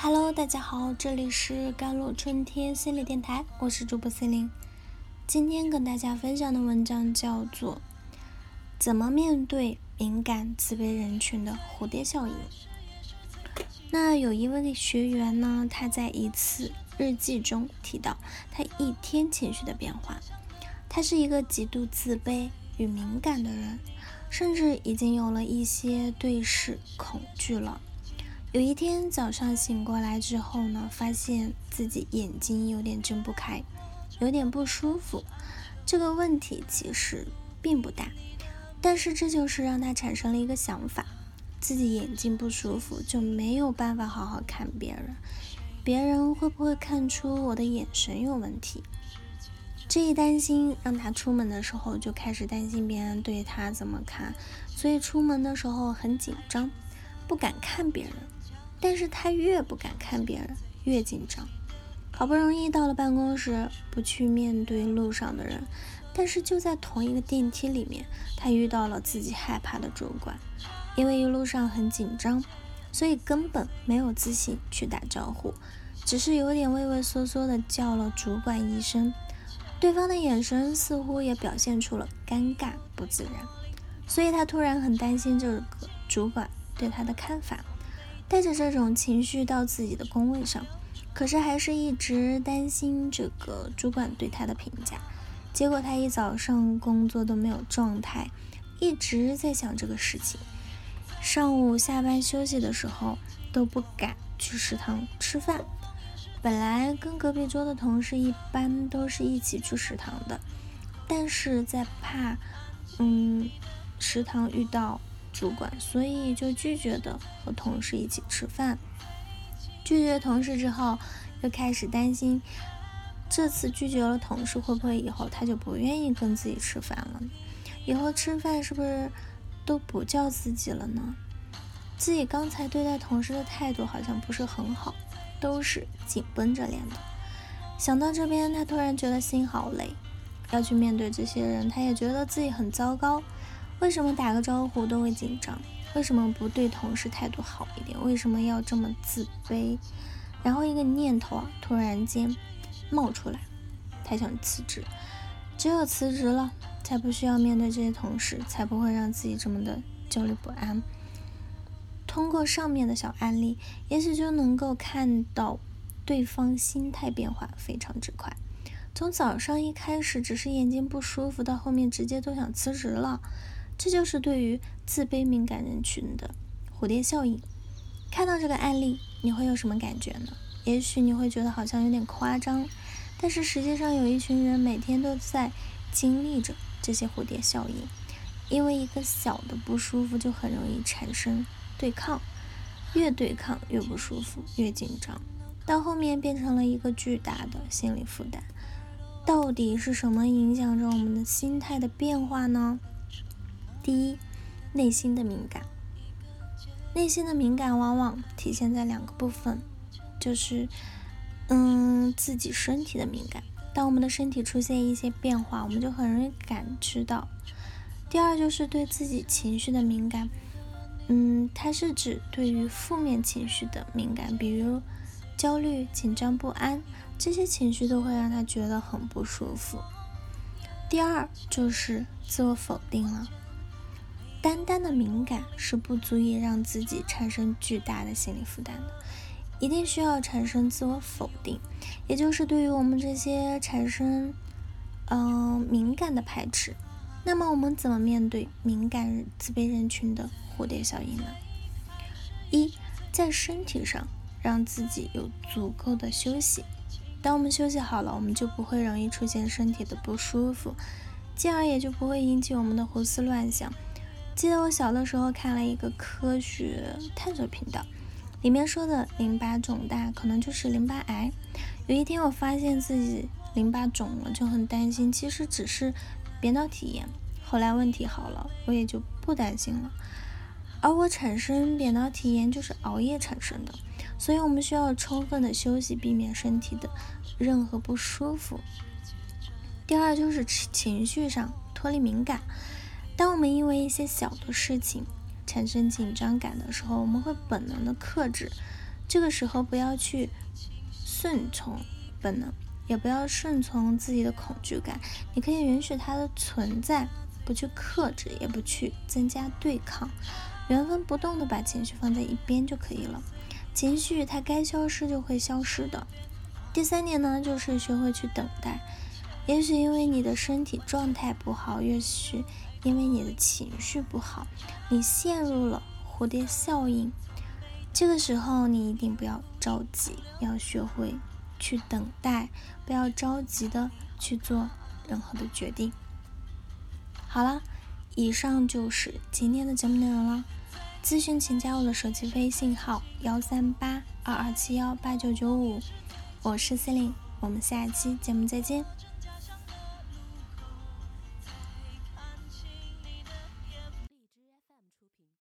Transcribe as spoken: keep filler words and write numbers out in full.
Hello，大家好，这里是甘露春天心理电台，我是主播心灵。今天跟大家分享的文章叫做《怎么面对敏感自卑人群的蝴蝶效应》。那有一位学员呢，他在一次日记中提到他一天情绪的变化。他是一个极度自卑与敏感的人，甚至已经有了一些对视恐惧了。有一天早上醒过来之后呢，发现自己眼睛有点睁不开，有点不舒服。这个问题其实并不大，但是这就是让他产生了一个想法，自己眼睛不舒服就没有办法好好看别人，别人会不会看出我的眼神有问题？这一担心让他出门的时候就开始担心别人对他怎么看，所以出门的时候很紧张，不敢看别人。但是他越不敢看别人，越紧张。好不容易到了办公室，不去面对路上的人，但是就在同一个电梯里面，他遇到了自己害怕的主管。因为一路上很紧张，所以根本没有自信去打招呼，只是有点畏畏缩缩的叫了主管一声。对方的眼神似乎也表现出了尴尬不自然，所以他突然很担心这个主管对他的看法，带着这种情绪到自己的工位上，可是还是一直担心这个主管对他的评价。结果他一早上工作都没有状态，一直在想这个事情。上午下班休息的时候都不敢去食堂吃饭。本来跟隔壁桌的同事一般都是一起去食堂的，但是在怕嗯食堂遇到主管，所以就拒绝的和同事一起吃饭。拒绝同事之后，又开始担心这次拒绝了同事，会不会以后他就不愿意跟自己吃饭了？以后吃饭是不是都不叫自己了呢？自己刚才对待同事的态度好像不是很好，都是紧绷着脸的。想到这边，他突然觉得心好累，要去面对这些人，他也觉得自己很糟糕。为什么打个招呼都会紧张？为什么不对同事态度好一点？为什么要这么自卑？然后一个念头啊，突然间冒出来，他想辞职。只有辞职了，才不需要面对这些同事，才不会让自己这么的焦虑不安。通过上面的小案例，也许就能够看到对方心态变化非常之快。从早上一开始只是眼睛不舒服，到后面直接都想辞职了。这就是对于自卑敏感人群的蝴蝶效应。看到这个案例，你会有什么感觉呢？也许你会觉得好像有点夸张，但是实际上有一群人每天都在经历着这些蝴蝶效应。因为一个小的不舒服就很容易产生对抗，越对抗越不舒服，越紧张，到后面变成了一个巨大的心理负担。到底是什么影响着我们的心态的变化呢？第一，内心的敏感。内心的敏感往往体现在两个部分，就是嗯，自己身体的敏感。当我们的身体出现一些变化，我们就很容易感知到。第二就是对自己情绪的敏感，嗯，它是指对于负面情绪的敏感，比如焦虑、紧张、不安，这些情绪都会让他觉得很不舒服。第二就是自我否定了。单单的敏感是不足以让自己产生巨大的心理负担的，一定需要产生自我否定，也就是对于我们这些产生嗯、呃、敏感的排斥。那么我们怎么面对敏感自卑人群的蝴蝶效应呢？一，在身体上让自己有足够的休息。当我们休息好了，我们就不会容易出现身体的不舒服，进而也就不会引起我们的胡思乱想。记得我小的时候看了一个科学探索频道，里面说的淋巴肿大可能就是淋巴癌。有一天我发现自己淋巴肿了，就很担心，其实只是扁桃体炎。后来问题好了，我也就不担心了。而我产生扁桃体炎就是熬夜产生的，所以我们需要充分的休息，避免身体的任何不舒服。第二就是情绪上脱离敏感。当我们因为一些小的事情产生紧张感的时候，我们会本能的克制， 这个时候不要去顺从本能，也不要顺从自己的恐惧感，你可以允许它的存在，不去克制，也不去增加对抗，原封不动的把情绪放在一边就可以了。情绪它该消失就会消失的。第三点呢，就是学会去等待。也许因为你的身体状态不好，也许因为你的情绪不好，你陷入了蝴蝶效应。这个时候你一定不要着急，要学会去等待，不要着急的去做任何的决定。好了，以上就是今天的节目内容了。咨询请加我的手机微信号幺三八二二七幺八九九五，我是 Celine， 我们下期节目再见。